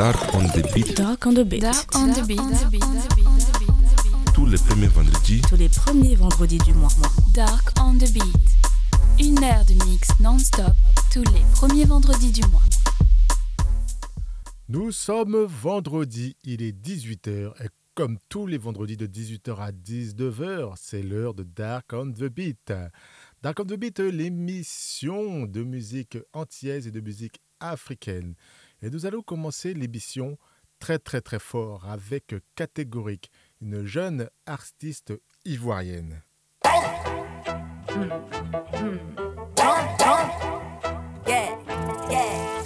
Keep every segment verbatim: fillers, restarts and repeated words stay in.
Dark on the Beat. Dark on the Beat. Dark on the Beat. Tous les premiers vendredis. Tous les premiers vendredis du mois. Dark on the Beat. Une heure de mix non-stop tous les premiers vendredis du mois. Nous sommes vendredi, il est dix-huit heures et comme tous les vendredis de dix-huit heures à dix-neuf heures, c'est l'heure de Dark on the Beat. Dark on the Beat, l'émission de musique antillaise et de musique africaine. Et nous allons commencer l'émission très très très fort avec Catégorique, une jeune artiste ivoirienne. Mm, mm. Yeah, yeah.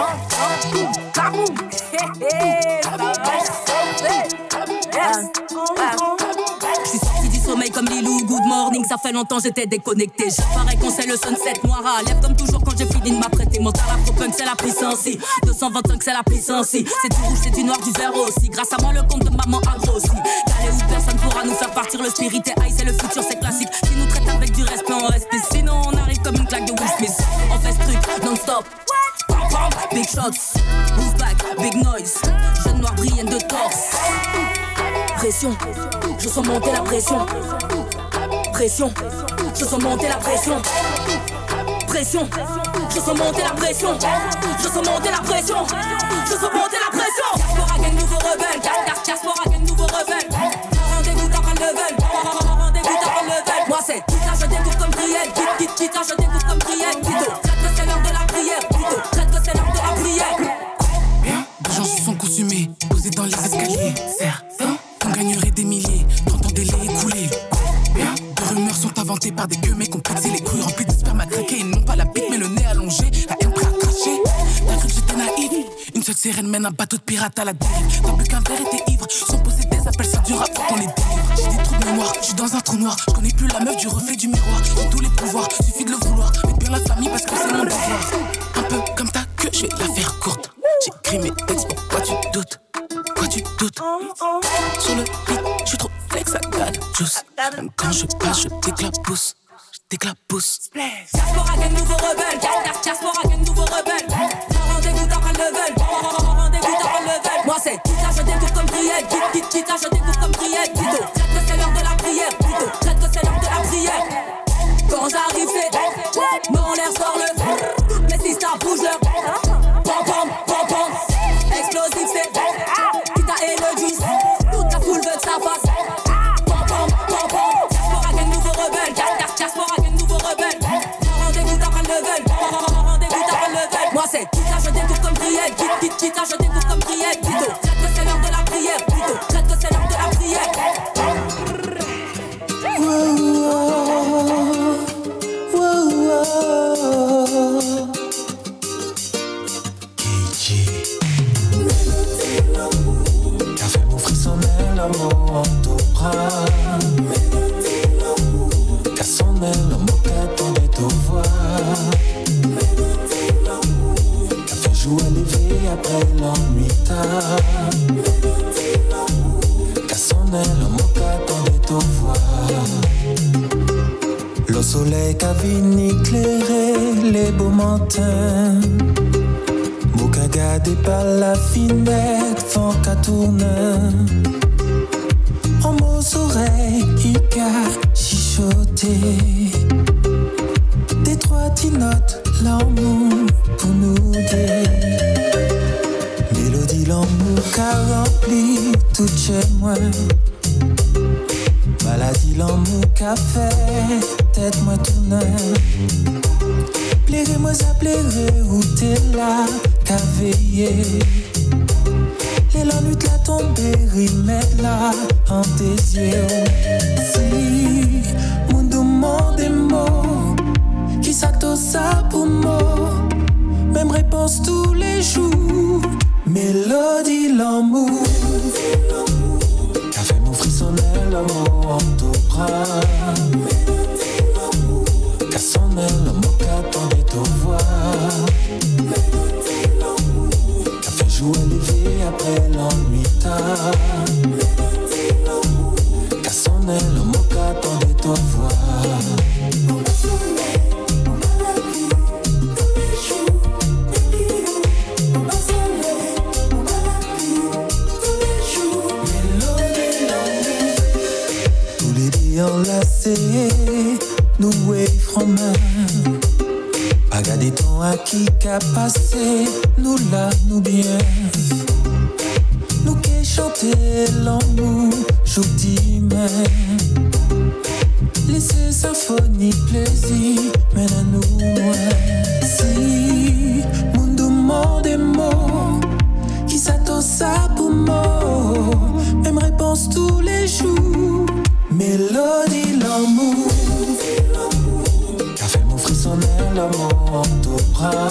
Je suis sorti du sommeil comme Lilou, good morning, ça fait longtemps j'étais déconnecté. J'apparais quand c'est le sunset noir à lèvres comme toujours quand j'ai fini de m'apprêter. Mon talent punk c'est la puissance, deux cent vingt-cinq c'est la puissance. C'est du rouge, c'est du noir, du vert aussi. Grâce à moi le compte de maman a grossi. Calé où personne pourra nous faire partir, le spirit est high, c'est le futur, c'est classique. Si nous traite avec du respect on reste, sinon on arrive comme une claque de Will Smith. On fait ce truc non-stop. Big shots, move back, big noise. Jeune noir brillante de torse. Pression, je sens monter la pression. Pression, je sens monter la pression. Pression, je sens monter la pression. Je sens monter la pression. Je sens monter la pression. Diaspora gang nouveau rebelle. Diaspora gang nouveau rebelle. Rendez-vous t'apprends le level. Rendez-vous t'apprends le level. Moi c'est quitte je découvre comme prière. Quitte, quitte, quitte, je découvre comme prière. Quitte, traite que c'est l'heure de la prière. Quitte, traite que c'est l'heure de la prière. Bien, deux gens se sont consumés, posés dans les escaliers. Certains on gagnerait des milliers, trente ans délai écoulé. Bien, de rumeurs sont inventées par des gueux mais complexés, les couilles remplies de sperme à craquer. Et non pas la pique mais le nez allongé, la haine prêt à cracher. T'as cru que j'étais naïf, une seule sirène mène un bateau de pirate à la dérive. T'as bu qu'un verre et t'es ivre, sans poser des appels ça du rap qu'on les délivre. J'ai des trous de mémoire, j'suis dans un trou noir. J'connais plus la meuf du reflet du miroir. J'ai tous les pouvoirs, suffit de le vouloir. Mets bien la famille parce que c'est mon devoir. Un peu comme ta queue, j'vais la faire courte. J'écris mes textes, pourquoi tu doutes? Pourquoi tu doutes? Sur le beat, j'suis trop flex, I got juice. Même quand je passe, je t'éclabousse. Je t'éclabousse. Diaspora gang nouveau rebelle. Diaspora gang nouveau rebelle. Rendez-vous t'apprends le level. Rendez-vous t'apprends le level. Moi c'est quitte, je découvre comme prière. Quitte, quitte, quitte, je découvre comme prière. Quitte, traite que c'est l'heure de la prière. Quitte, traite que c'est l'heure de la prière. Quand j'arrive c'est mon l'air sort le. Mais si ça bouge leur. Pom pom pom pom. Explosif c'est. Et le juice, toute la foule veut que ça fasse. Pom pom pom pom. Diaspora gang nouveau rebelle. Diaspora gang nouveau rebelle. Rendez-vous t'apprends le level. Rendez-vous t'apprends le level. Moi c'est quitte, je découvre comme prière. Quitte, quitte, quitte, je découvre comme prière. Quitte, traite que c'est l'heure de la prière. Quitte, traite que c'est l'heure de la prière. L'amour en tout bras, car son aile, l'amour qu'attendait aux voix, qu'a fait jouer l'éveil après l'ennui tard, car son aile, l'amour qu'attendait aux voix. Le soleil qu'a venu éclairer les beaux matins, mot qu'a gardé par la fenêtre, fort qu'a tourné. En mots oreilles, il a chichoté. Des trois notes, l'amour pour nous deux. Mélodie, l'amour qu'a rempli tout chez moi. Maladie, l'amour qu'a fait tête moi tout neuf. Plairez-moi ça plairait où t'es là qu'a veillé. Et la nuit la tombée, remettre là en tes yeux. Si, mon demande des mots, qui s'attend ça pour moi. Même réponse tous les jours. Mélodie, l'amour. Qu'a fait mon frissonner l'amour en tout bras. Qu'a sonné l'amour qu'attendait aux voix. Jouer l'éveil après l'ennui tard. Qu'a sonné le mot qu'attendait aux voix. enlacé, nous et franc-main. Pas garder ton acquis qu'a passé, nous là, nous bien. Nous qui chanter l'amour, jour d'hiver. Laissez symphonie plaisir, mène à nous. Si, mon demande des mots, qui s'attend ça pour moi, même réponse tous les jours. Mélodie l'amour, qu'a fait mon frissonner l'amour en tout bras.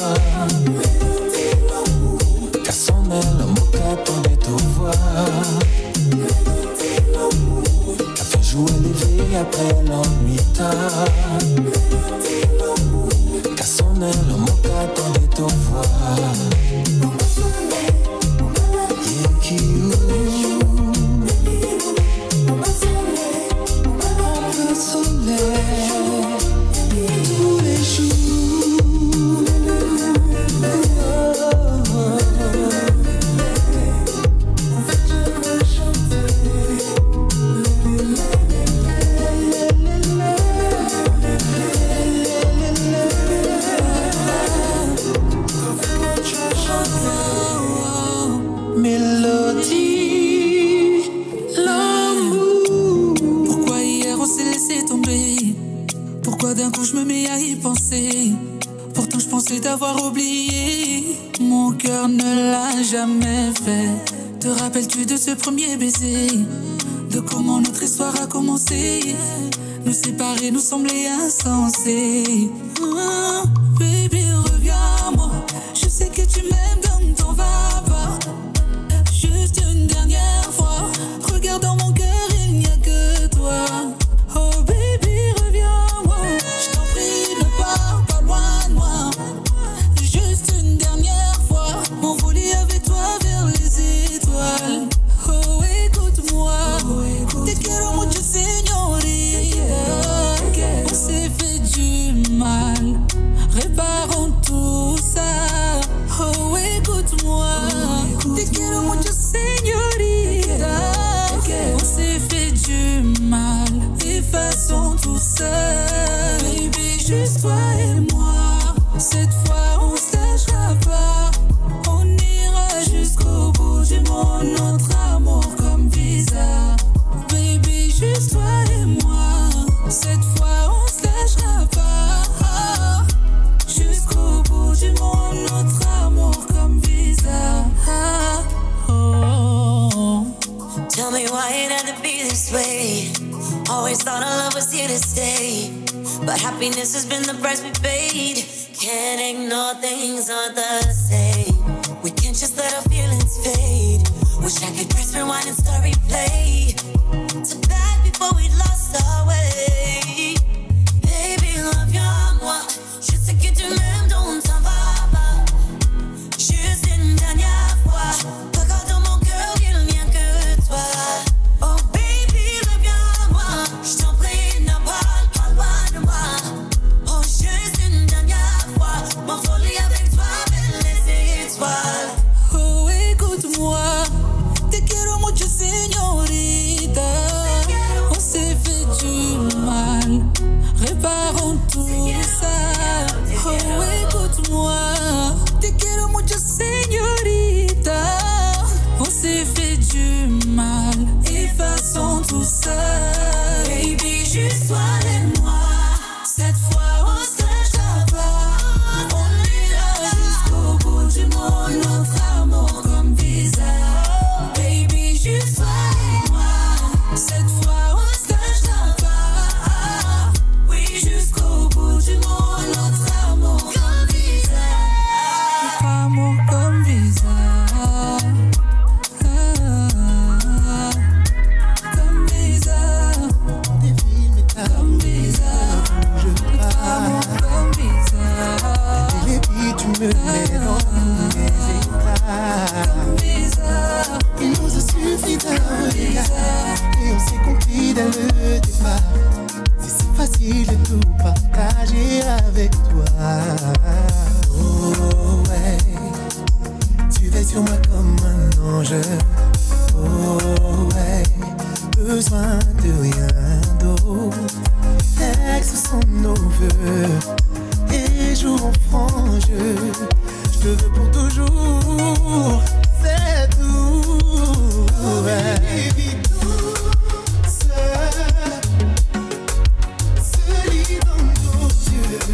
Qu'a sonné l'amour qu'attendait tout voir. Qu'a fait jouer l'éveil après l'ennui tard. Qu'a sonné l'amour qu'attendait tout voir. Yeah, qui tous les jours. En fait j'aimerais chanter. Mélodie, l'amour. Pourquoi hier on s'est laissé tomber? Pourquoi d'un coup je me mets à y penser? Pourtant je pensais t'avoir oublié. Mon cœur ne l'a jamais fait. Te rappelles-tu de ce premier baiser? De comment notre histoire a commencé? Nous séparer nous semblait insensé. Oh, baby reviens-moi. Je sais que tu m'aimes, donc t'en vas pas. Juste une dernière fois. Regarde dans mon cœur, il n'y a que toi. Oh baby reviens-moi. Je t'en prie ne pars pas loin de moi. Juste une dernière fois. M'envoler avec toi vers les étoiles. Oh écoute-moi. Te quiero mucho señorita. On s'est fait du mal. Réparons tout ça. Oh écoute-moi. Te quiero mucho señorita. On s'est fait du mal. Effaçons tout ça. Baby juste toi et moi. Cette fois on se lâchera pas. On ira jusqu'au bout du monde. Notre amour comme visa. Baby juste toi et moi. Cette fois on se lâchera pas. Jusqu'au bout du monde. Notre amour comme visa. Oh. Tell me why it had to be this way. Always thought our love was here to stay, but happiness has been the price we paid. Can't ignore things aren't the same. We can't just let our feelings fade. Wish I could press rewind and start replay to back before we lost our way. Baby, reviens-moi. Je sais que tu m'aimes, donc t'en vas pas. Juste une dernière fois. Regarde dans mon cœur, il n'y a que toi. Oh baby, reviens-moi. Je t'en prie, ne parle pas loin de moi. Oh juste une dernière fois. M'envoler avec toi vers les étoiles. Oh écoute-moi. Te quiero mucho señorita. On s'est fait du mal. Réparons tout ça. Oh écoute-moi. Te quiero mucho señorita. On s'est fait du mal. Effaçons tout ça. Baby juste toi et moi. Cette fois on se lâchera pas. On ira jusqu'au bout du monde. Notre amour comme visa. Baby juste toi et moi. Cette fois on se lâchera pas. Oui jusqu'au bout du monde. Notre amour comme visa. Notre amour comme visa. Ah, comme visa. Comme visa. Notre amour comme visa. Et puis tu me mets dans mes états. Comme visa. Il nous a suffi d'un regard et on s'est compris dès le départ. C'est si facile de tout partager avec toi. Oh ouais, tu veilles sur moi comme un ange. Oh ouais, besoin de rien d'autre. l'autre, ex sont nos vœux, et jour en franc jeu, je te veux pour toujours, c'est tout. Évitons ce, ce lit dans nos yeux.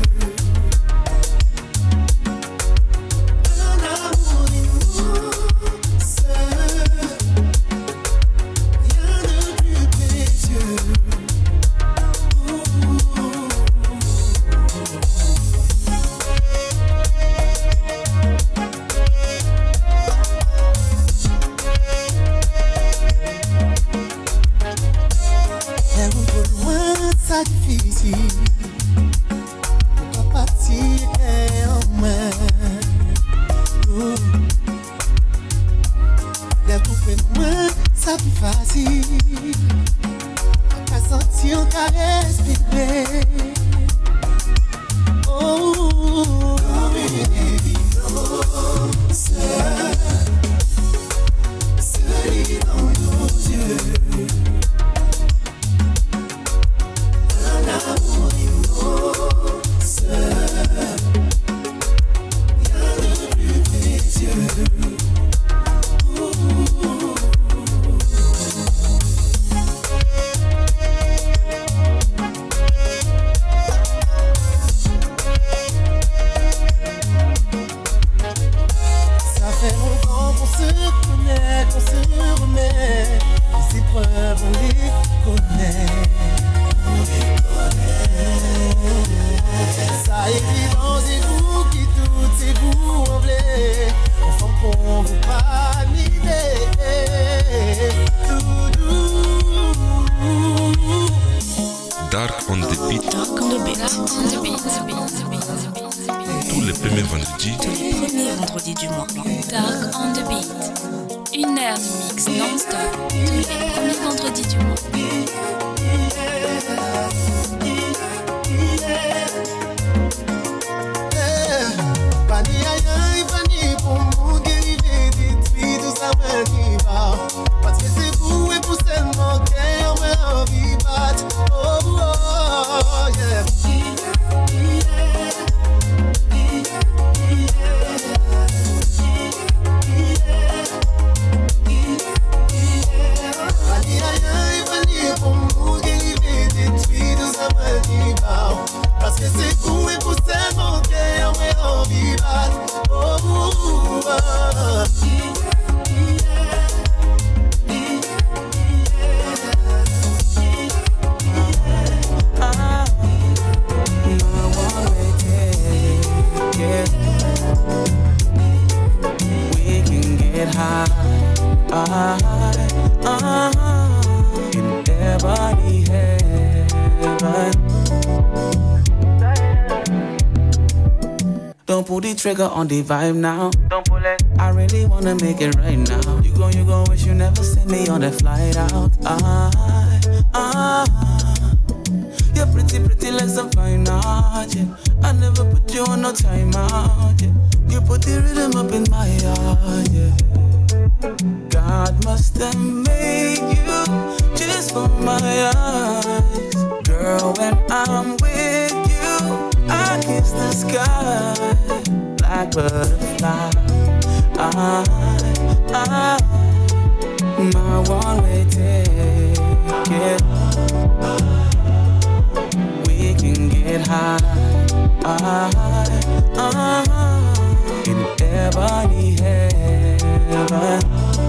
Trigger on the vibe now. Don't pull it. I really wanna make it right now. You gon' you gon' wish you never sent me on that flight out. Ah, ah, you're pretty, pretty like some fine art. Yeah. I never put you on no time out. Yeah. You put the rhythm up in my heart. Yeah. God must have made you just for my eyes, girl. When I'm with you, I kiss the sky. Black butterfly, I, I, my one-way ticket. We can get high, I, I, in ebony heaven.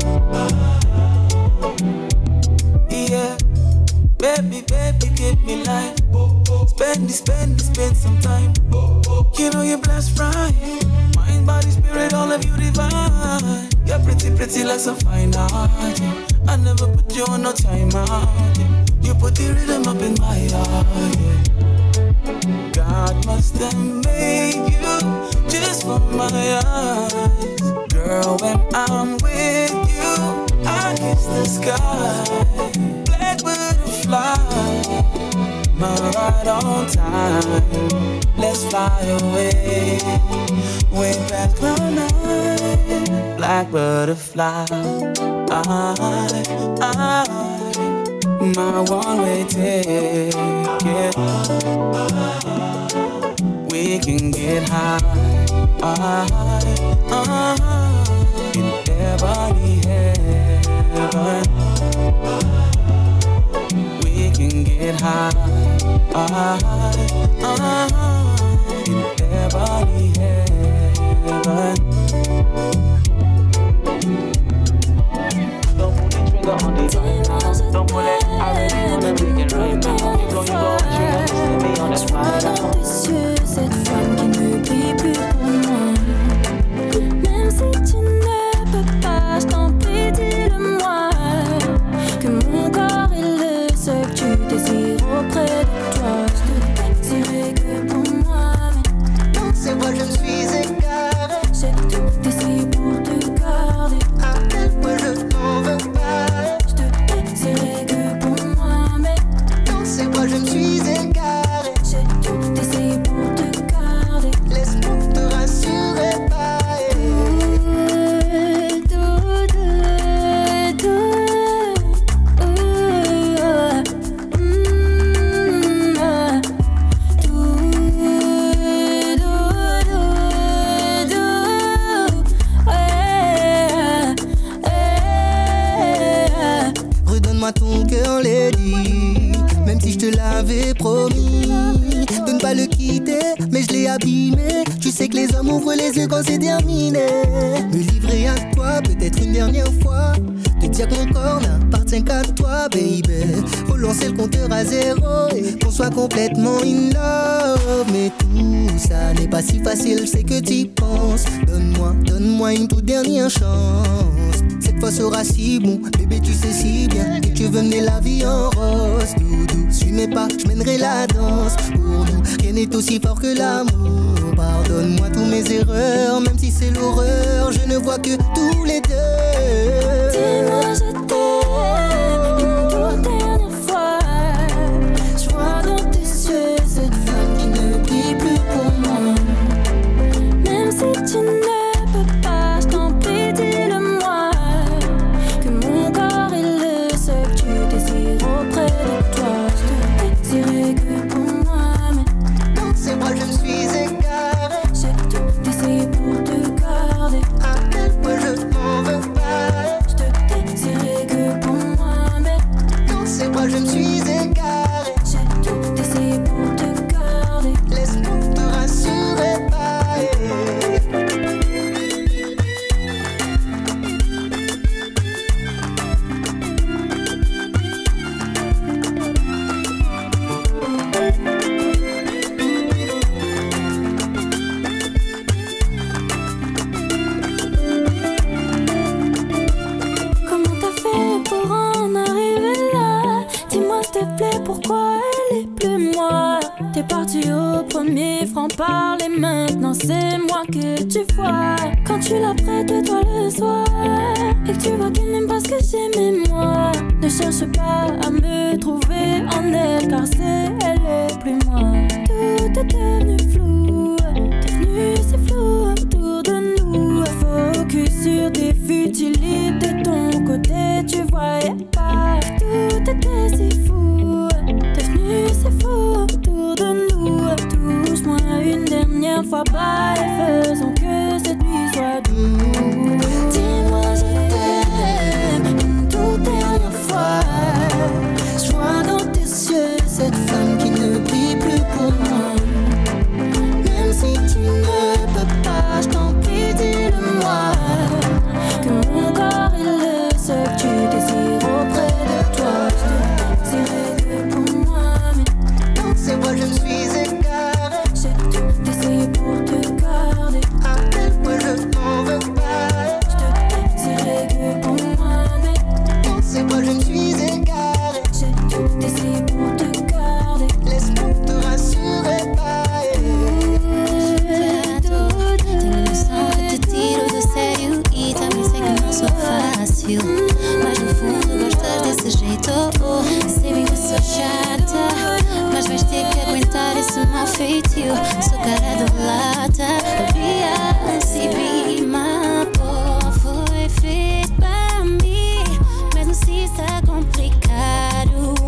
Yeah, baby, baby, give me life. Spend, spend, spend some time. You know you're blessed, right? Mind, body, spirit, all of you divine. You're pretty, pretty like some fine art. Yeah. I never put you on no time out. Yeah. You put the rhythm up in my heart. Yeah. God must have made you just for my eyes, girl. When I'm with you, I kiss the sky. Black butterfly, my ride on time. Let's fly away, way past cloud nine. Black butterfly, I, I, my one-way ticket. We can get high, high, high in everybody heaven. We can get high, high, high in everybody heaven. Don't pull the trigger on the gun. Don't pull it, I really wanna break it right now. You blow, you blow, you want to see me on the spot now. Cette femme qui ne brille plus pour moi. Même si tu ne peux pas, je t'en prie, dis-le-moi. Que mon corps est le seul que tu désires auprès de toi. Je te désirais que pour moi. Mais dans ces voies je me suis égaré. J'ai tout essayé pour te garder. À quel point je t'en veux pas. Je te désirais que pour moi. Mais dans ces voies je me suis égaré. J'ai tout essayé pour te garder. Laisse-moi te rassurer pas. Redonne-moi ton cœur, lady. Même si je te l'avais promis de ne pas le quitter, mais je l'ai abîmé. Tu sais que les hommes ouvrent les yeux quand c'est terminé. Me livrer à toi, peut-être une dernière fois. Te dire que mon corps n'appartient qu'à toi, baby. Relancer le compteur à zéro et qu'on soit complètement in love. Mais tout ça n'est pas si facile, c'est que t'y penses. Donne-moi, donne-moi une toute dernière chance. Cette fois sera si bon, bébé tu sais si bien que tu veux mener la vie en rose. Doudou, suis mes pas, je mènerai la danse. Pour nous, rien n'est aussi fort que l'amour. Pardonne-moi tous mes erreurs, même si c'est l'horreur. Je ne vois que tous les deux. Dis-moi je t'aime une toute dernière fois. Je vois dans tes yeux cette flamme qui ne brille plus pour moi. Même si tu ne peux pas, je t'en prie, dis-le-moi. Que mon corps est le seul que tu désires auprès de toi. Je te désirais que pour moi. Mais dans ces bras je me suis égaré. J'ai tout essayé pour te garder. À quel point je t'en veux pas. Je te désirais que pour moi. Mais dans ces bras je me suis égaré. J'ai tout essayé pour te garder. Laisse-moi te rassurer pas. Comment t'as fait pour en arriver là? Dis-moi s'il te plaît pourquoi elle est plus moi. T'es parti au premier franc-parler, maintenant c'est moi que tu vois. Quand tu la prêtes de toi le soir et que tu vois qu'elle n'aime pas ce que j'aimais moi. Ne cherche pas à me trouver en elle, car c'est elle et plus moi. Tout est devenu flou, devenu c'est flou autour de nous. Focus sur tes futilités, de ton côté tu voyais pas. Tout était si fou, devenu c'est fou autour de nous. Touche-moi une dernière fois, bye, faisons que cette nuit soit douce. Dis-moi je t'aime une toute dernière fois. Je vois dans tes yeux cette flamme qui ne brille plus pour moi. Même si tu ne peux pas, je t'en prie, dis-le-moi. Que mon corps est le seul que tu désires auprès de toi. Je te désirais que pour moi. Mais dans ces voies je me suis égaré. J'ai tout essayé pour te garder. À quel point je t'en veux pas. Je te désirais que pour moi. Mais dans ces voies je me suis égaré. J'ai tout essayé pour te garder. Laisse-moi te rassurer pas. Tenho noção que te tiro do sério e também sei que não sou fácil. Mas no fundo gostas desse jeito. Sei bem que sou chata, mas vais ter que aguentar esse mau feitio. Sou cara de lata, havia se be my boy. Foi feito para mim, mesmo se está complicado.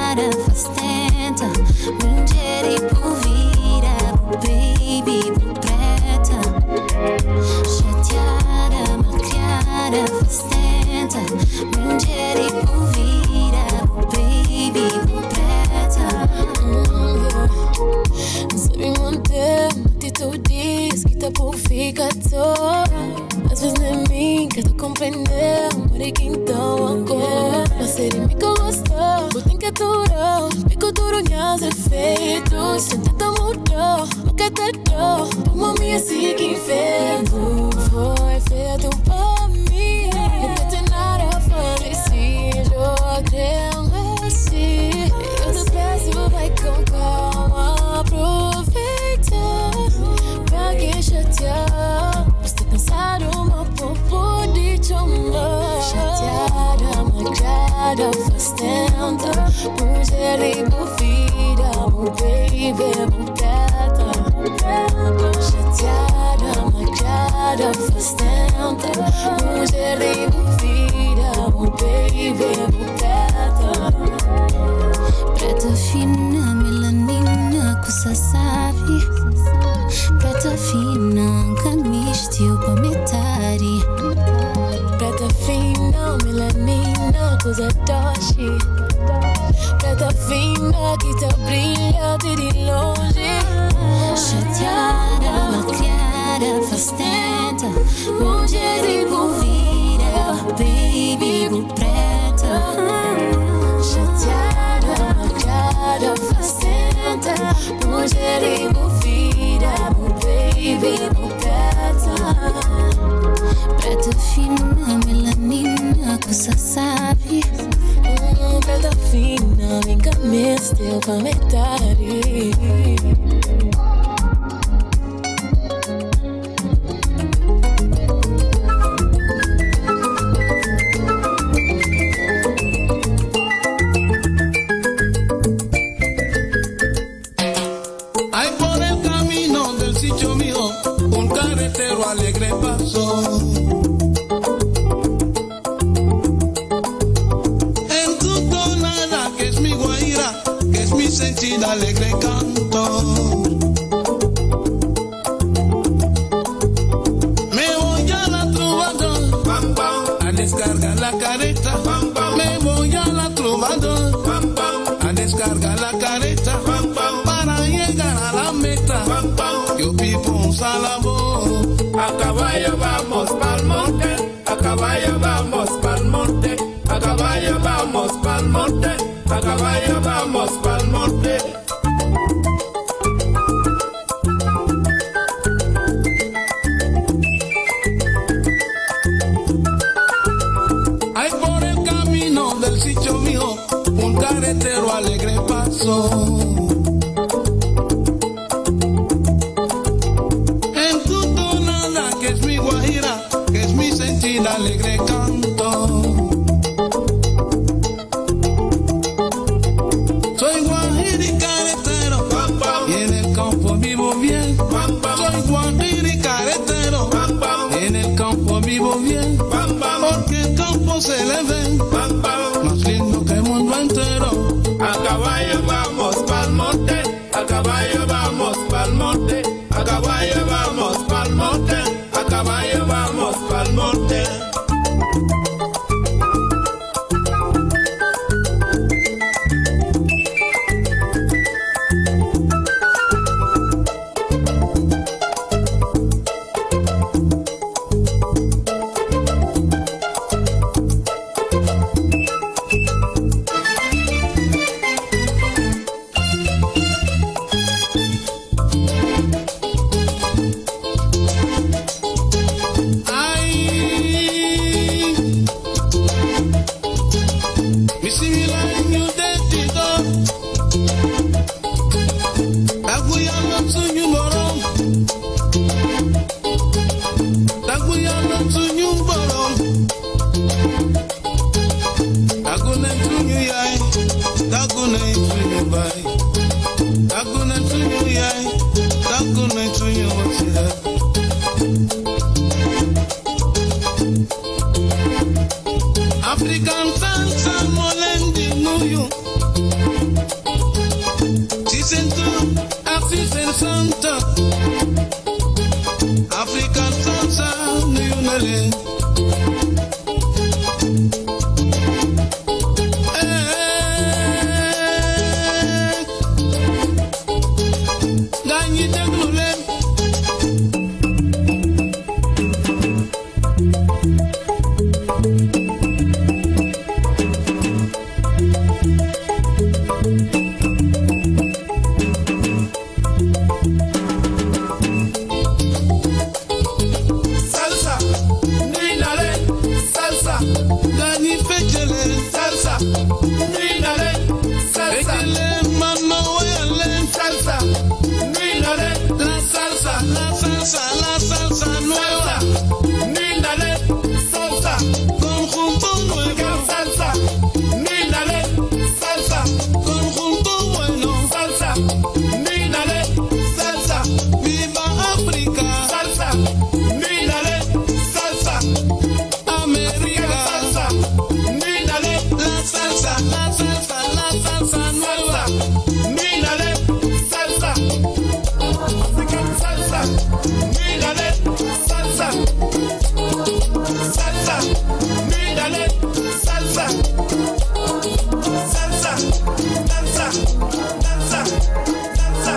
chateada faz tenta, mulher e por vira, baby, por preta. Chateada, malcriada faz tenta, mulher e por vira, baby, por preta. Não sabe manter uma atitude que tá por ficar só. Às vezes não é mim que tô compreendendo, por aí que então agora. Mas seria me que eu gostou, vou ter que aturar. Fico duro minhas efeitos, sem tentar mudar, nunca te dou. Uma minha assim que inferno foi feito pra mim. Nunca tem nada parecido, eu acredito. Eu te peço, vai com calma, aproveita. Pra que chatear? Você cansado, uma popo de te amar. Chateada, maquiada, faz tempo. Mulher e vida, meu baby, meu gata. Chateada, maquiada, faz tempo. Mulher e vida, meu baby, meu gata. Preta fina, melanina, coisa sabe. Preta fina, canistil pra metade. Preta fina, melanina, coisa doce. Preta fina que tá brilhante de longe. Chateada, malcriada, faz tenta. Mulher envolvida, baby, por preta. Chateada, malcriada, faz tenta. Mulher envolvida, baby, por preta. Preta fina, melanina, coisa sabe. Mm, preta fina, vem cá mesmo, teu pra metade. Ay, por el camino del sitio mío, un carretero alegre pasó. En tu tonada, que es mi guaira, que es mi sentida alegre canto. Me voy a la trovador, pam, pam, a descargar la careta, pam, pam. Me voy a la trovador, pam, pam, a descargar la careta, pam, pam. Para llegar a la meta, pam, pam. Yo pipo un salabo. A caballo vamos pa'l monte, a caballo vamos pa'l monte, a caballo vamos pa'l monte, a caballo vamos pa'l monte. Ay, por el camino del sitio mío, un carretero alegre pasó. Alegre canto. Soy guajiro y carretero, pam, pam. Y en el campo vivo bien, pam, pam. Soy guajiro y carretero, pam, pam. Y en el campo vivo bien, pam, pam. Porque el campo se le ve, pam, pam. Más lindo que el mundo entero. A caballo vamos pa'l monte, a caballo vamos pa'l monte, a caballo vamos pa'l monte, a caballo vamos pa'l monte. African salsa molendi nuyu salsa, la salsa nueva. Níndale, salsa, conjunto nuevo. Salsa, níndale, salsa, conjunto bueno. Salsa, níndale, salsa, viva África. Salsa, níndale, salsa, América. Salsa, níndale, la salsa, la salsa, la salsa nueva. Níndale, salsa, salsa, níndale, salsa, salsa, níndale, salsa, salsa, danza, danza, danza,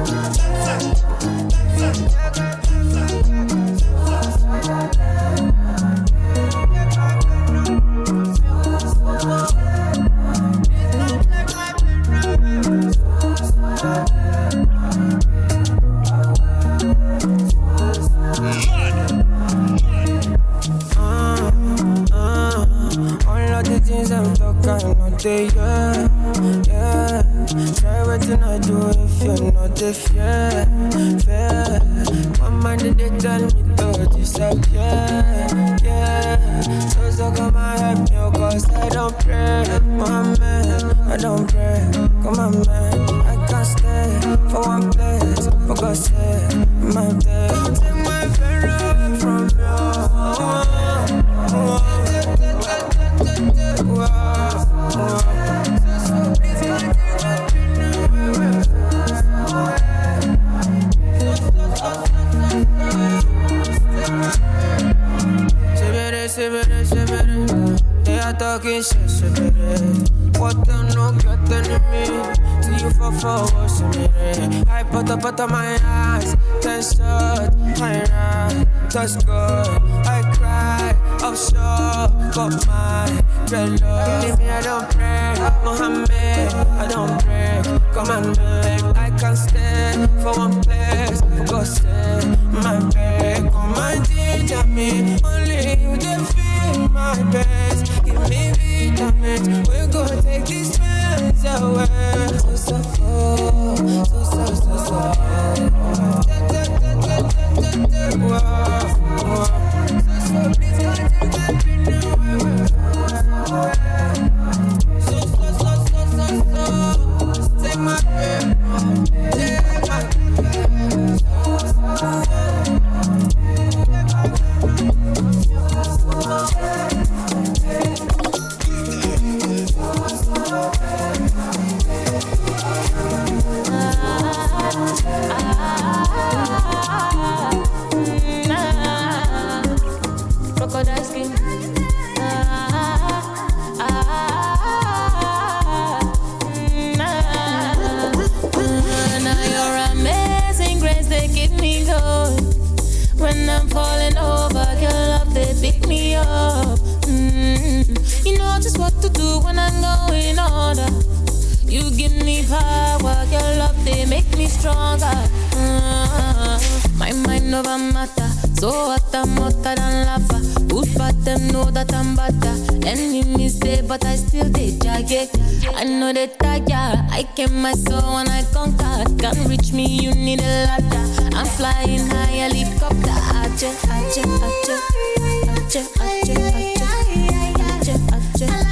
All of the things I'm talking, not they, yeah, yeah. Try what I do if you're not the fair, fair. One man did they tell me to disappear, yeah. So so come and help me, cause I don't pray, my man, I don't pray, come on man. I can't stay for one place, for God's sake, my day. Don't take my friend from you. They are talking shit, what the no get enemy? See you for forward, I put up out of my eyes, ten shot, my right, touch good, I cry, offshore, got my dreadlocks. Leave me, I don't pray, Mohammed, I don't break, come and beg, I can't stay for one place, for God's sake, my bed, come and ginger me, only you can feel my best, give me vitamins, we're gonna take these pains away. So so oh, so so so so wow, wow. So so please don't take that pain away. So so so so so so take my pain, take my crocodile skin. Ah, ah, ah, nah. Now your amazing grace, they keep me going. When I'm falling over, your love, they pick me up. Mm-hmm. You know just what to do when I'm going under. You give me power, your love, they make me stronger. Mm-hmm. My mind over matter, so hot I'm hotter than lava. Good but them know that I'm better. Enemies say, but I still they jagged. I know they tired. I came my soul when I conquered. Can't reach me, you need a ladder. I'm flying high, helicopter. Ache, ache, ache, ache, ache, ache, ache, ache, ache.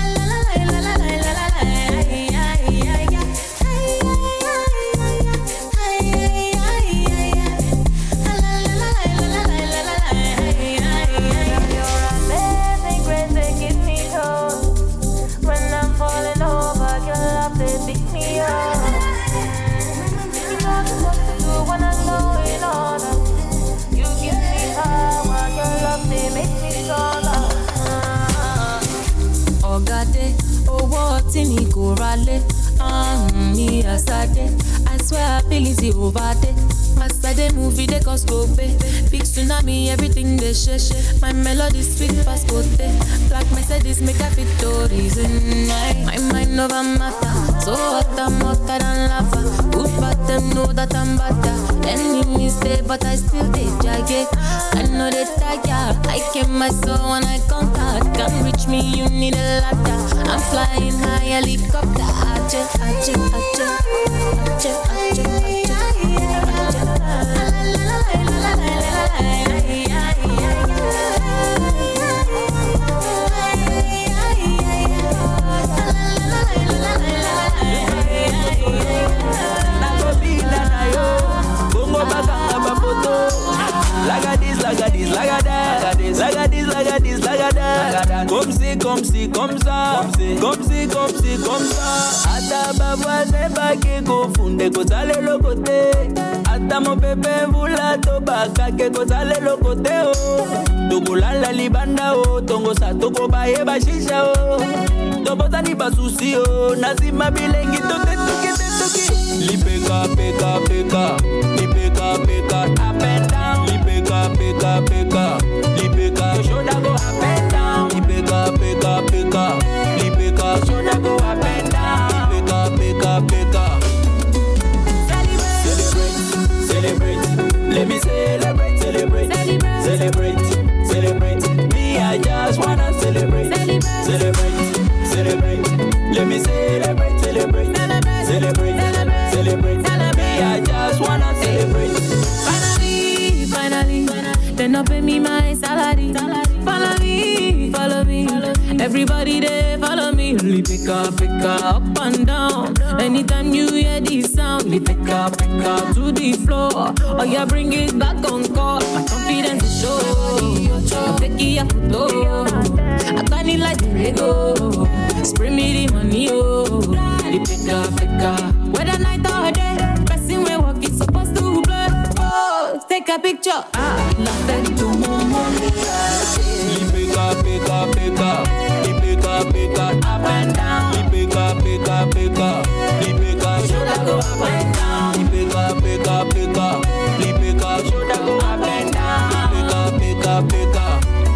Tini go rale, ah, me asade. I swear ability over there. Asade movie they cause go pay. Big tsunami, everything they share. My melody sweet past kote. Black Mercedes make a fit to reason. My mind over matter, so hot I'm hotter than lava. Good but them know that I'm better. Enemies say, but I still they jagged. I know they tired. I came my soul when I conquered. Can't reach me, you need a ladder. I'm flying high, helicopter. Ache, ache, ache, ache, ache, ache, ache. si, comme si, comme ça. Comme si, comme si, comme ça. Ata ba voisin ba ki kofunde ko sale le côté. Ata mon bébé vula to ba ka ke ko sale le côté oh. Toko la la libanda oh, tongo sa toko ba ye ba shisha oh. Tobota ni ba susi oh, nazima bilengi to te tuki te tuki. Lipeka peka peka, lipeka peka up and down. Lipeka peka peka, lipeka shoulder go up and down. Lipeka peka peka, lipeka shoulder go up and down. Lipeka peka peka. Celebrate, celebrate, let me celebrate, celebrate, celebrate, celebrate. Me I just wanna celebrate, celebrate, celebrate. Let me celebrate, celebrate, celebrate, celebrate. Me I just wanna celebrate. Finally, finally, then up in me my salary. Follow me, follow me. Everybody there follow me. Only pick up, pick up, up and down. Anytime you hear this sound, only pick up, pick up to the floor. Oh yeah, bring it back on call. My confidence is show. I'm taking a photo. I got it like the Lego. Spray me the money, oh. Only pick up, pick up. Whether night or day, pressing where walk is supposed to play. Oh, take a picture. Ah, la fête tout mon monde. Pika, pika, pika, pika, pika, up and down. Pika, pika, pika, pika, shoulder go up and down. Pika, pika, pika, pika, shoulder go up and down. Pika, pika, pika.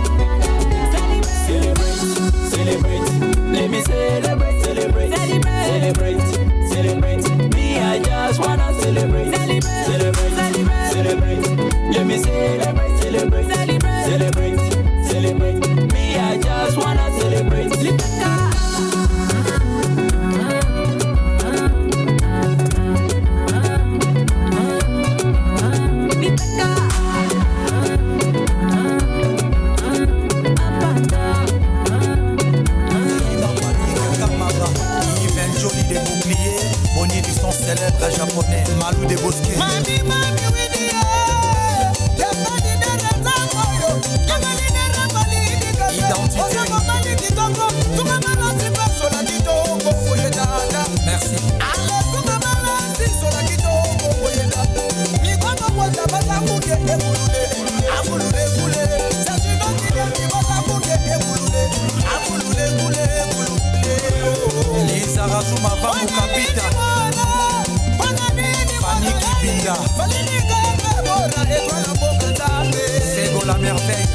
Celebrate, celebrate, let me celebrate, celebrate, celebrate, celebrate. Me I just wanna celebrate, celebrate, celebrate. Let me celebrate, celebrate, celebrate, celebrate. Me I just wanna celebrate. Célèbre japonais, Malou des Bosquets. Mami, mami, oui, dis, merci. Lisa Razuma Vamou Kapita Fanny Kibinga Sego la merveille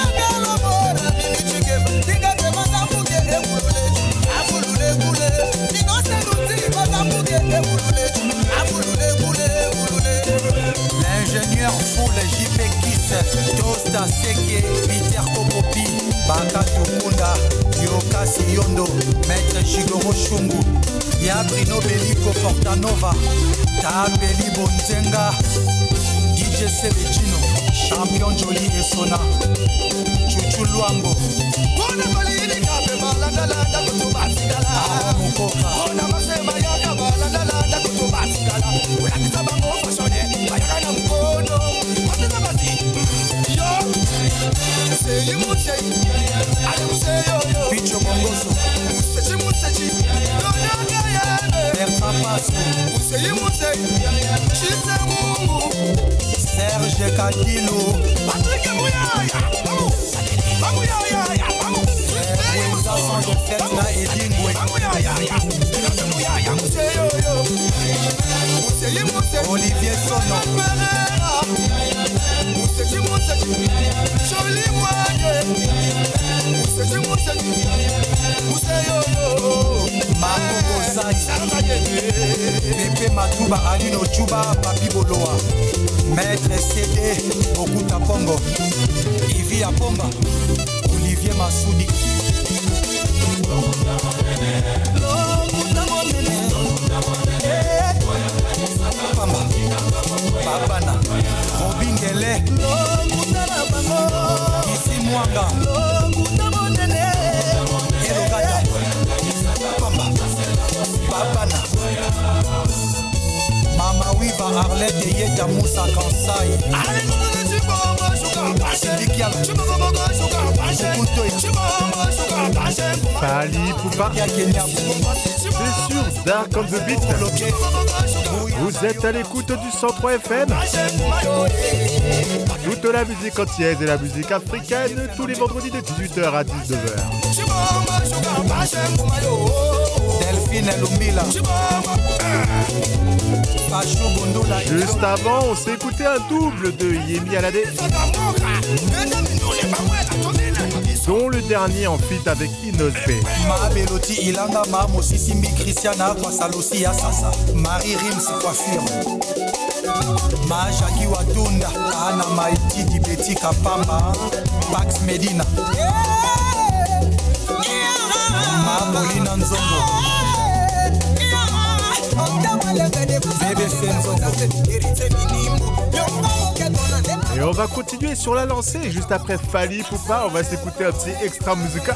l'ingénieur full J P Kiss Tosta Seke Peter Kopopi Baka Tukunda Yokasi Yondo Maître Shigoro Shungu Ya Brino Beliko Portanova Tabeli Bonzenga D J Sebechino Champion Jolie Esona Chuchu Luambo Bona balini kabe balanda landa kutubasigala Mukoka Bona masema yaka balanda landa kutubasigala Uyakita bango fashone Bayaka na mkono Wateza basi Yo Museyi museyi Ale museyo yo Picho Mongoso Museyi museyi Donaga yebe Berta Paso Museyi museyi Chise Mungu Serge Kadilo Patrick Muyaya Vamos Vamos ya ya ya vamos Vamos de fête na Edingwe Vamos ya ya ya Vamos ya ya museyo yo Museyi museyi Olivier Sono Museyi museyi Jolie Moye Museyi museyi Museyo yo Makongo Zai Pepe Matuba Alino Chuba Papi Boloa Maître C D Bokuta Pongo Ivi Aponga Olivier Massoudi Pamba Babana Robin Gele Isi Mwanga Elogaya Pamba Babana Mama Wiva Arlette Yeta Moussa Kansai Fali Poupa, c'est sur Dark on the Beat. Vous êtes à l'écoute du cent trois F M. Toute la musique entière et la musique africaine tous les vendredis de dix-huit heures à dix-neuf heures. Delphine Lumbila. Juste avant, on s'est écouté un double de Yemi Alade, dont le dernier en feat avec Inosbe. Ma Beloti Ilanga Ma Mosisimi Christiana Kwasalosi Asasa Marie Rims Coiffure Ma Jackie Watunda Ana Maiti Dibeti Kapamba Max Medina Ma Molina Nzongo Bébé Fenzongo. Et on va continuer sur la lancée. Juste après Fali Poupa, on va s'écouter un petit extra musical.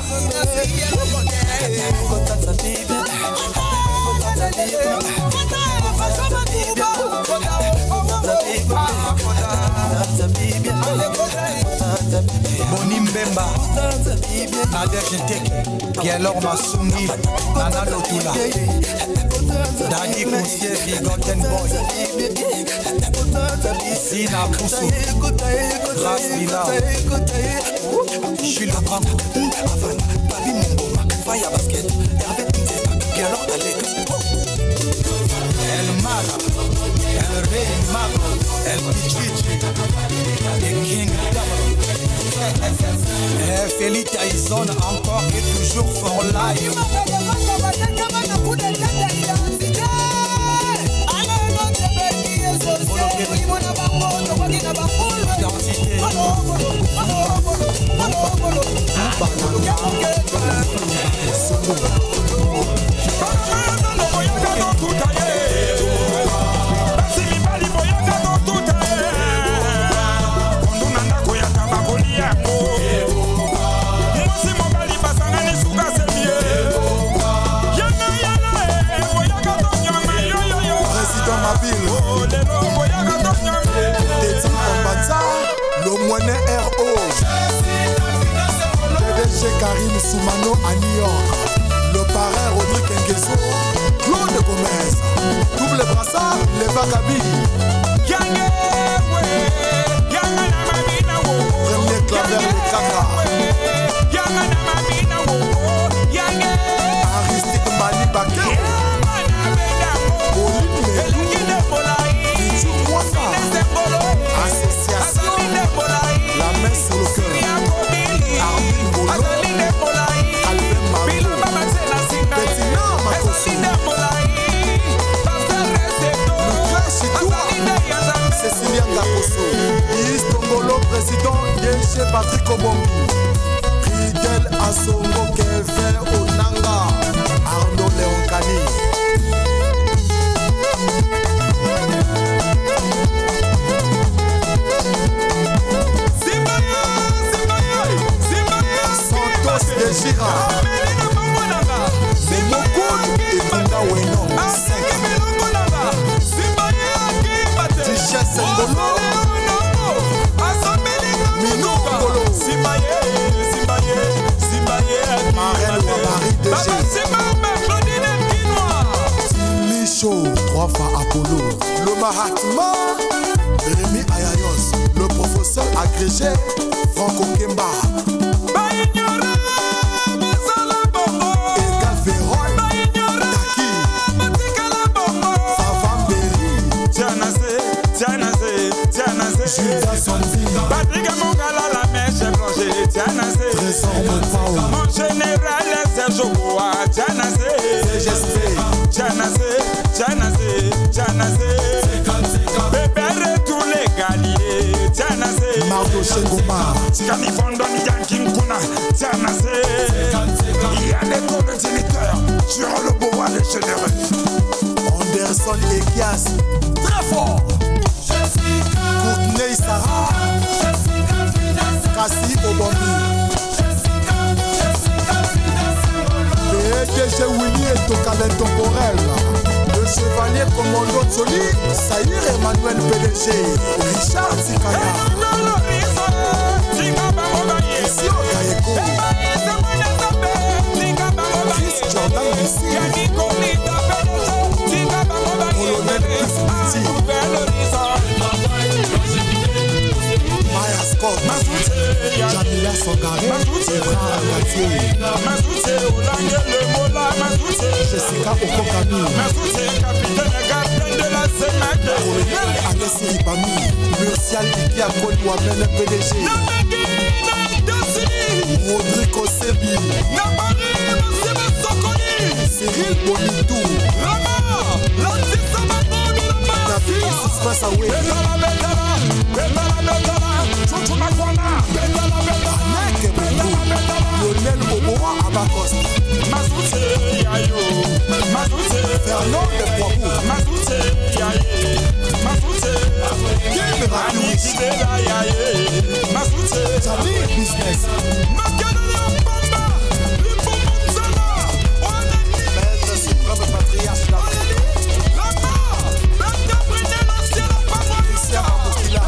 Boni Mbemba Nadège Nteke Gielor Masungi Nana Lotula Dani Koussier Rigoten Boy Zina Poussou Grace Villa Jules Branco Papi Mboma Faya Basket Hervé Nzeta Gielor Alek El Mara El Rey Mago El Pichichi The King Eh, Félix Tyson encore et toujours for life. R O P D G Karim Soumano à New York. Le parrain Rodrigue Nguesso, Claude Gomez, double brassard, les vagabis. Premier claver de Kaka. Aristide Mani Baké. Association La main sur le cœur. Armin Bolo Calvin Marou Bettina Makosu Lucas Chitoua Cécilia Gakoso Iris Tongolo Président D G Patrick Obombi Fidel Asongo Kevin Onanga Arnaud Leoncani. De Gira Momokoun et Bunda Weno Tichesse Ngolo Minou Ngolo Marelle Wabari D G Timmy Show trois fois Apollo Le Mahatma Rémi Ayayos Le professeur agrégé Franco Kemba Patrick Mongala la mèche plongée, Tianase. Mon général Serge Ogoa, Tianase. Tianase, Tianase, Tianase. Bébé tous les galliers, Tianase. Mardo Chengoma. Canifondon Yankin Kuna, Tianase. Il y a des taux de géniteurs sur le bois des généreux. Anderson Ekias, très fort. Courtney Sarah Cassie Obombi P D G Winnie et Tokal Intemporel Le chevalier commando Tsoli Saïr Emmanuel P D G Richard Sikaya Jamila Sangare, Evra Gatier, Jessica Okokami, Colonel Alessi Ribami, Murcial Iki Akoli Wamene P D G, Rodrigo Sebi, Cyril Bonidou, Nafi Suspense Away, Lionel Oboa Abakos, Fernand de Poibou, Jamil Business, Maître Suprême Patriarche d'Afrique, Christian Amokila,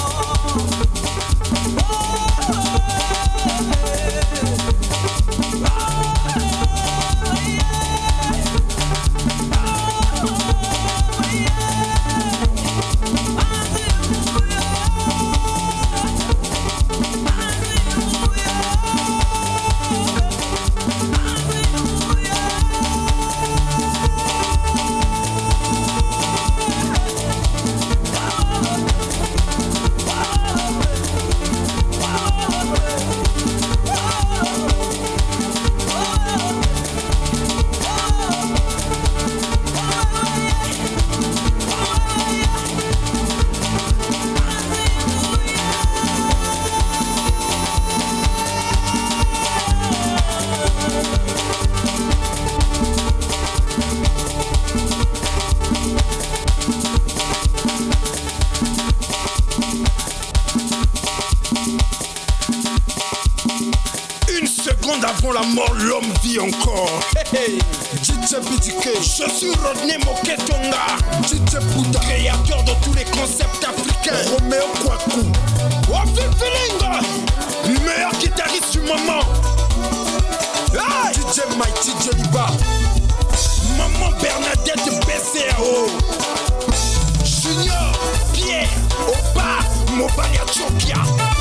Oh, Une seconde avant la mort, l'homme vit encore. Hey, hey. D J B D K. Je suis Rodney Moketonga. D J Bouddha, créateur de tous les concepts africains. Roméo Kwaku. Wafi Feeling, meilleur guitariste du moment. Hey. D J Mighty Jeliba. Maman Bernadette B C A O. Junior, Pierre, Opa, Mobali Ethiopia.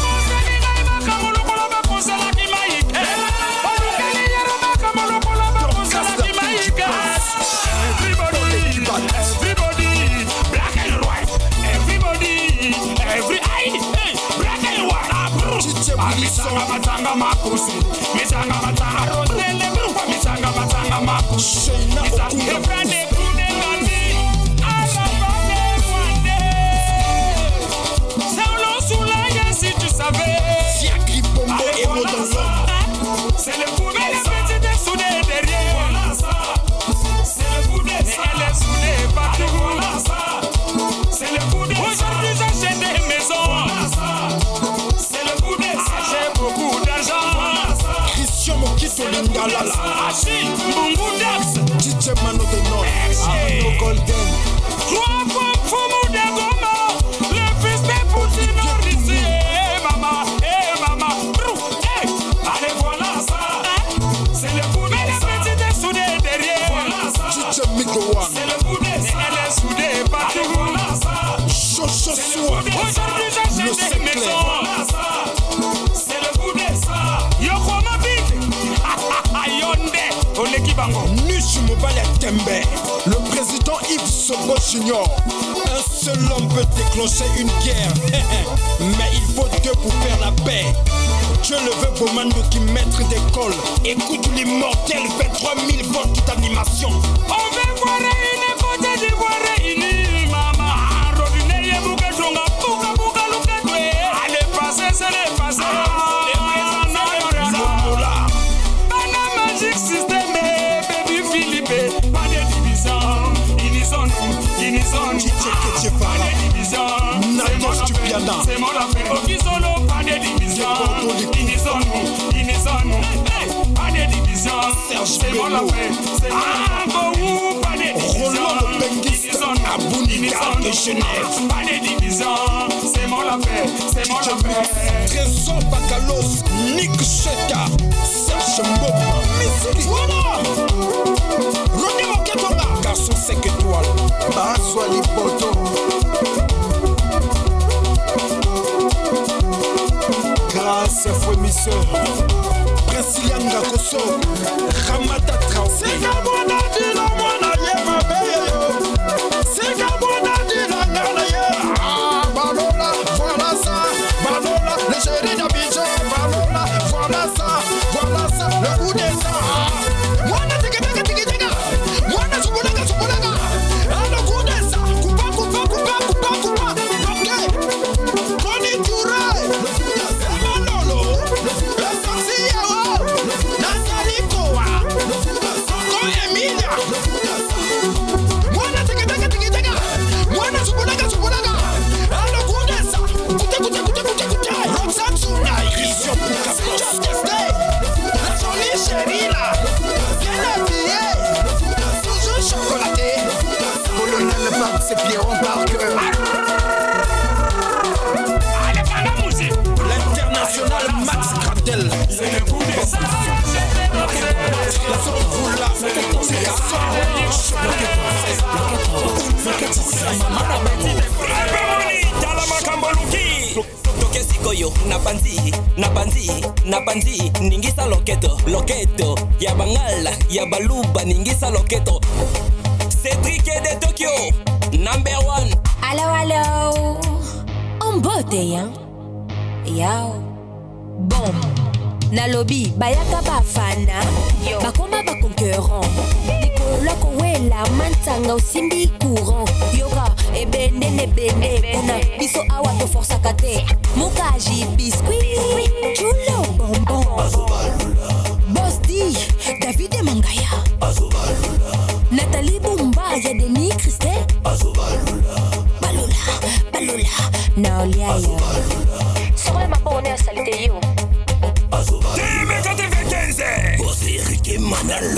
Everybody, black and white. Everybody, every eye, black and white. Misanga matanga makusi, misanga matanga rosele, misanga matanga makusi. Misanga frande kune ngani, alabane wande. Saulo soulaya si tu savais. Si a Gripombo et Rodolphe. C'est le coup de la petite soudée derrière. Voilà ça. C'est le coup de ça. Elle est soudée partout. Voilà ça. C'est le coup de ça. Aujourd'hui j'achète des maisons. Voilà ça. C'est le coup de ça. J'ai beaucoup d'argent. Voilà ça. Christian Mokito Lingalala. Achille, Bungu Dax. D J Mano de Nord. Arno Golden. Trois fois Foumou de Goma. Le fils de Poutine ici. Eh maman, eh maman. Eh, allez voilà ça. C'est le coup de ça. Elle est petite soudée derrière. Voilà ça. D J Migowan. C'est le coup de ça. Elle est soudée partout. Allez voilà ça. Chocho Soir. Aujourd'hui j'achète des maisons. Voilà ça. C'est le coup de ça. Yoko Mabit. Yonde. Oleki Bango. Nushi Mobali Tembe. Le président Yves Sobo Junior. Un seul homme peut déclencher une guerre. Mais il faut deux pour faire la paix. Dieu le veut, Bomandouki, maître d'école. Écoute l'immortel, vingt-trois mille volts d'animation. On veut voir une côté d'ivoire réunie, maman. Robinet, yébouka, jonga, bouka, bouka, louka, doué. Allez, passer, c'est les passer. Les présents, non, là. Bana Magic System, baby Philippe. Pas de division. Inison, Inison. Pas de division. Natos Tupiana. C'est mon affaire. Oki solo, pas de division. Inison, Inison. Pas de division. C'est mon affaire. C'est mon affaire. Pas de division. Roland Benguistan, Abounika de Genève. Pas de division. C'est mon affaire. C'est mon affaire. Trésor Bakalos, Nick Cheta, Serge Mbop, Missili. Voilà. Rodney Moketonga, garçon cinq étoiles. Baswa Lipoto. Grâce à Fouemisseur. Priscilla Koso, Ramata Traoré. C'est Gabona de la Mona Yema Beyo. C'est Gabona de la Nana Yema. Ah, Balola, voilà ça. Balola, le chéri d'Abidjan. Balola, voilà ça. Voilà ça, le goût des ça. Mwana tika tika tika. Mwana subulaga subulaga. Ah, le goût des ça. Coupa, coupa, coupa, coupa, coupa. Ok. Koni Touré. Manolo. C'est Pierron Parker. L'international Max Gradel. C'est le coup de ça. Toke sikoyo na banzi, na banzi, na banzi, ningisa loketo, loketo, ya bangala, ya baluba, ningisa loketo. Cédric de Tokyo, number one. Allo, allo. En beauté, hein? Yao. Bon. Nalobi, bayaka bafana. Bakoma ba concurrent. Likolo kowela mantanga osimbi courant. Yoga, ebene nebene. Kuna biso awa to força kate. Mokaji biscuit. Chulo bonbon. Boss D, David Mangaya. Nathalie Bumba, y'a Denis Christet. Balola, Balola, unaolia yo. Sore mapone ya salite yo. Dime que te fais quinze. Bossy Ricky Manala.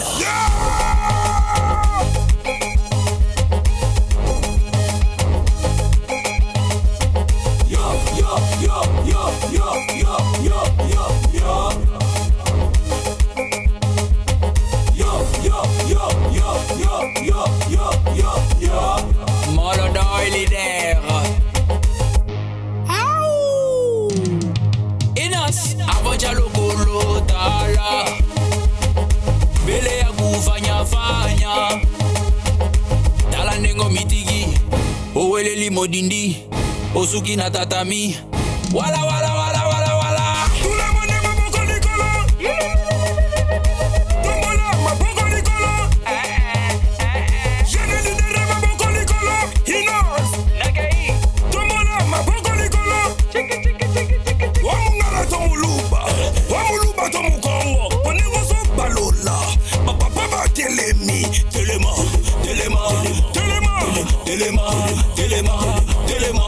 Yo, yo, yo, yo, yo, yo, yo, yo, yo. Yo, yo, yo, yo, yo, yo, yo, yo, yo. Molodor leader. Aouh. Inas, avanja logolo tala. Bele ya kufanya fanya. Tala nengo mitigi. Owele limo dindi. Osuki na tatami. Wala wala wala wala wala. Tout le monde est maboko Nicola. Tombola maboko Nicola. Jeune leader maboko Nicola. Inas. Nagai. Tombola maboko Nicola. Chiki chiki chiki chiki. Wamungala tomuluba. Wamuluba tomukongo. Ponengo so balola. Papa papa telemi. Telema. Telema. Telema. Telema. Telema. Telema.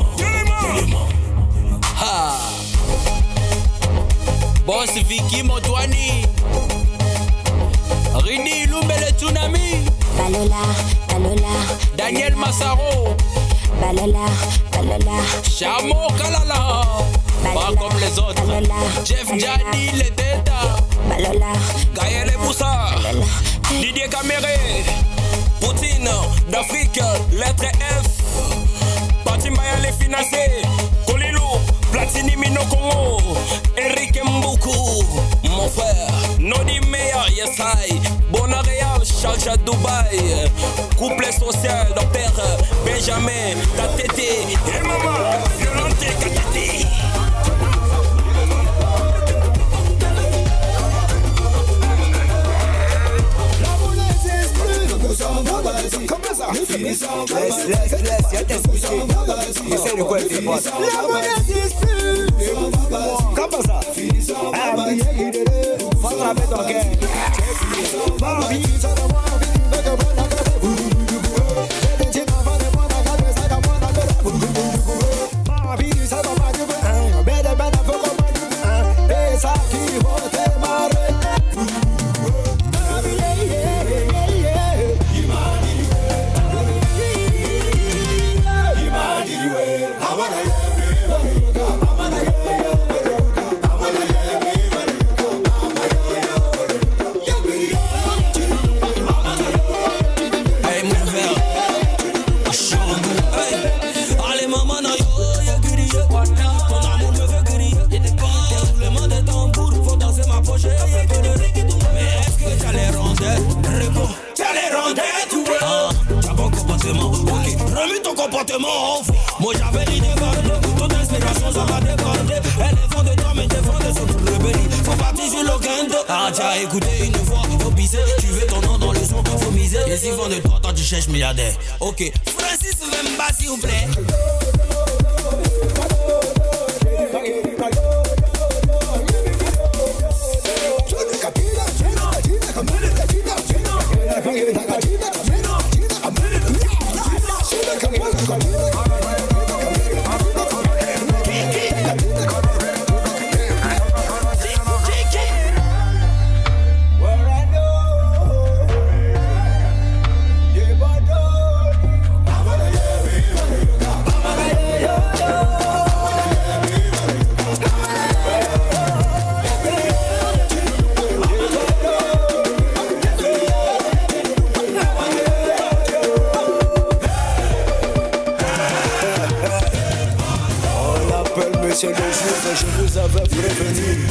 Ha. Boss Vicky Motwani. Rini Lumbele Tsunami. Balola, balola. Daniel Massaro. Balola, balola. Chamo Kalala. Pas comme les autres. Balola, Jeff Jadi les Teta. Balola. Gaël Moussa. Didier Caméré. Poutine d'Afrique. Lettre F. Patimbaya les financés. Kolilo. Platini Mino Congo. Eric Mboukou. Mon frère. Nodi Meya Yesai. Bonaréal. Charge Dubaï. Couple social. Docteur Benjamin. Tatete. Et maman. Violenté Katete. Laisse, laisse, laisse, y'a tes soucis. Essaye de quoi tes potes. La monnaie dispute. Comment ça? Ah, faut attraper ton cœur. Moi j'avais l'idée de toute inspiration ça va déborder. Elle est fond de toi mais t'es fond de ce pour le belly. Faut partir sur le quinte. Ah t'as écouté une fois, faut pisser. Tu veux ton nom dans le son, faut miser. Et si fond de toi, toi tu cherches milliardaire. Ok, Francis Vemba s'il vous plaît. Monsieur le juge, je vous avais prévenu.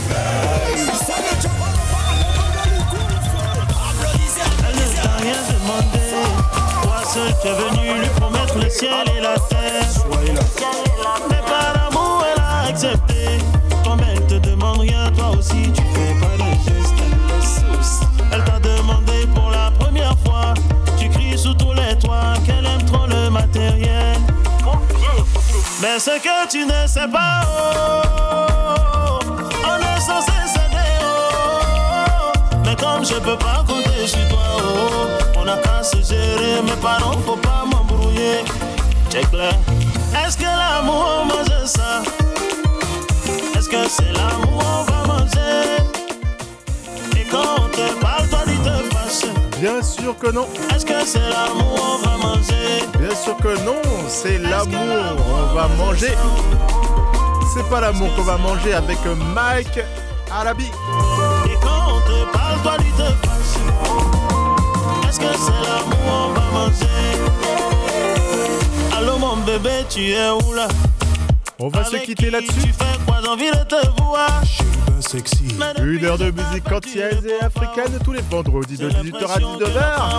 Elle ne t'a rien demandé. Toi seul tu es venu lui promettre le ciel et la terre. Mais par amour elle a accepté. Comme elle te demande rien, toi aussi tu fais pas de geste. Elle t'a demandé pour la première fois. Tu cries sous tous les toits qu'elle aime trop le matériel. Mais ce que tu ne sais pas, oh, on est censé s'aider, oh. Mais comme je peux pas compter sur toi, oh, on a qu'à se gérer. Mes parents, faut pas m'embrouiller. Check là. Est-ce que la l'amour, manger ça? Est-ce que c'est l'amour, on va manger? Et quand on te parle, toi, il te fâche. Bien sûr que non. Est-ce que c'est l'amour, on va manger? Bien sûr que non, c'est l'amour, on va manger. C'est pas l'amour qu'on va manger avec Mike Arabi. Et quand on te parle, toi, il te fâche. Est-ce que c'est l'amour, on va manger? Allô, mon bébé, tu es où là? On va se quitter là-dessus. Tu fais quoi, j'ai envie de te voir. Sexy. Une heure de musique antillaise et africaine tous les vendredis de dix-huit heures à dix-neuf heures.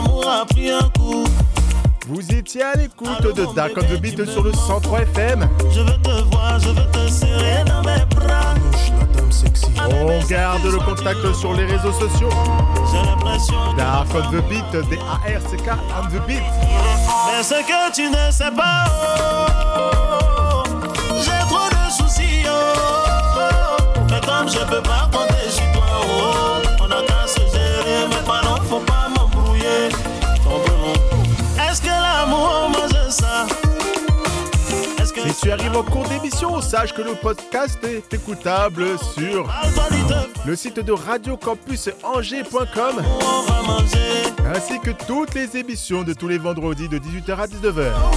Vous étiez à l'écoute de Dark on the Beat sur le cent trois F M. Je veux te voir, je veux te serrer dans mes bras. On garde le contact sur les réseaux sociaux. Dark on the Beat, D A R C K on the Beat. Mais ce que tu ne sais pas, oh, j'ai trop de soucis, oh, mais comme je peux pas compter sur toi, oh, on a qu'à se gérer, mais pas non, faut pas m'embrouiller. Est-ce que l'amour mange ça? Si tu arrives en cours d'émission, sache que le podcast est écoutable sur le site de radio campus angers point com ainsi que toutes les émissions de tous les vendredis de dix-huit heures à dix-neuf heures.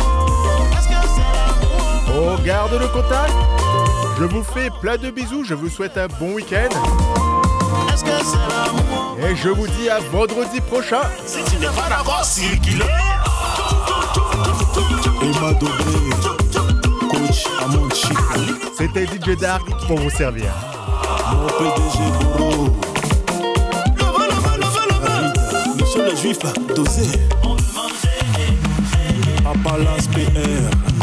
On garde le contact. Je vous fais plein de bisous, je vous souhaite un bon week-end. Et je vous dis à vendredi prochain. Si tu n'es pas d'accord, circuler. Emma Dobré, coach Amonchi. C'était D J Dark pour vous servir. Mon P D G Boro. Monsieur le juif, dosé. À Palace P R.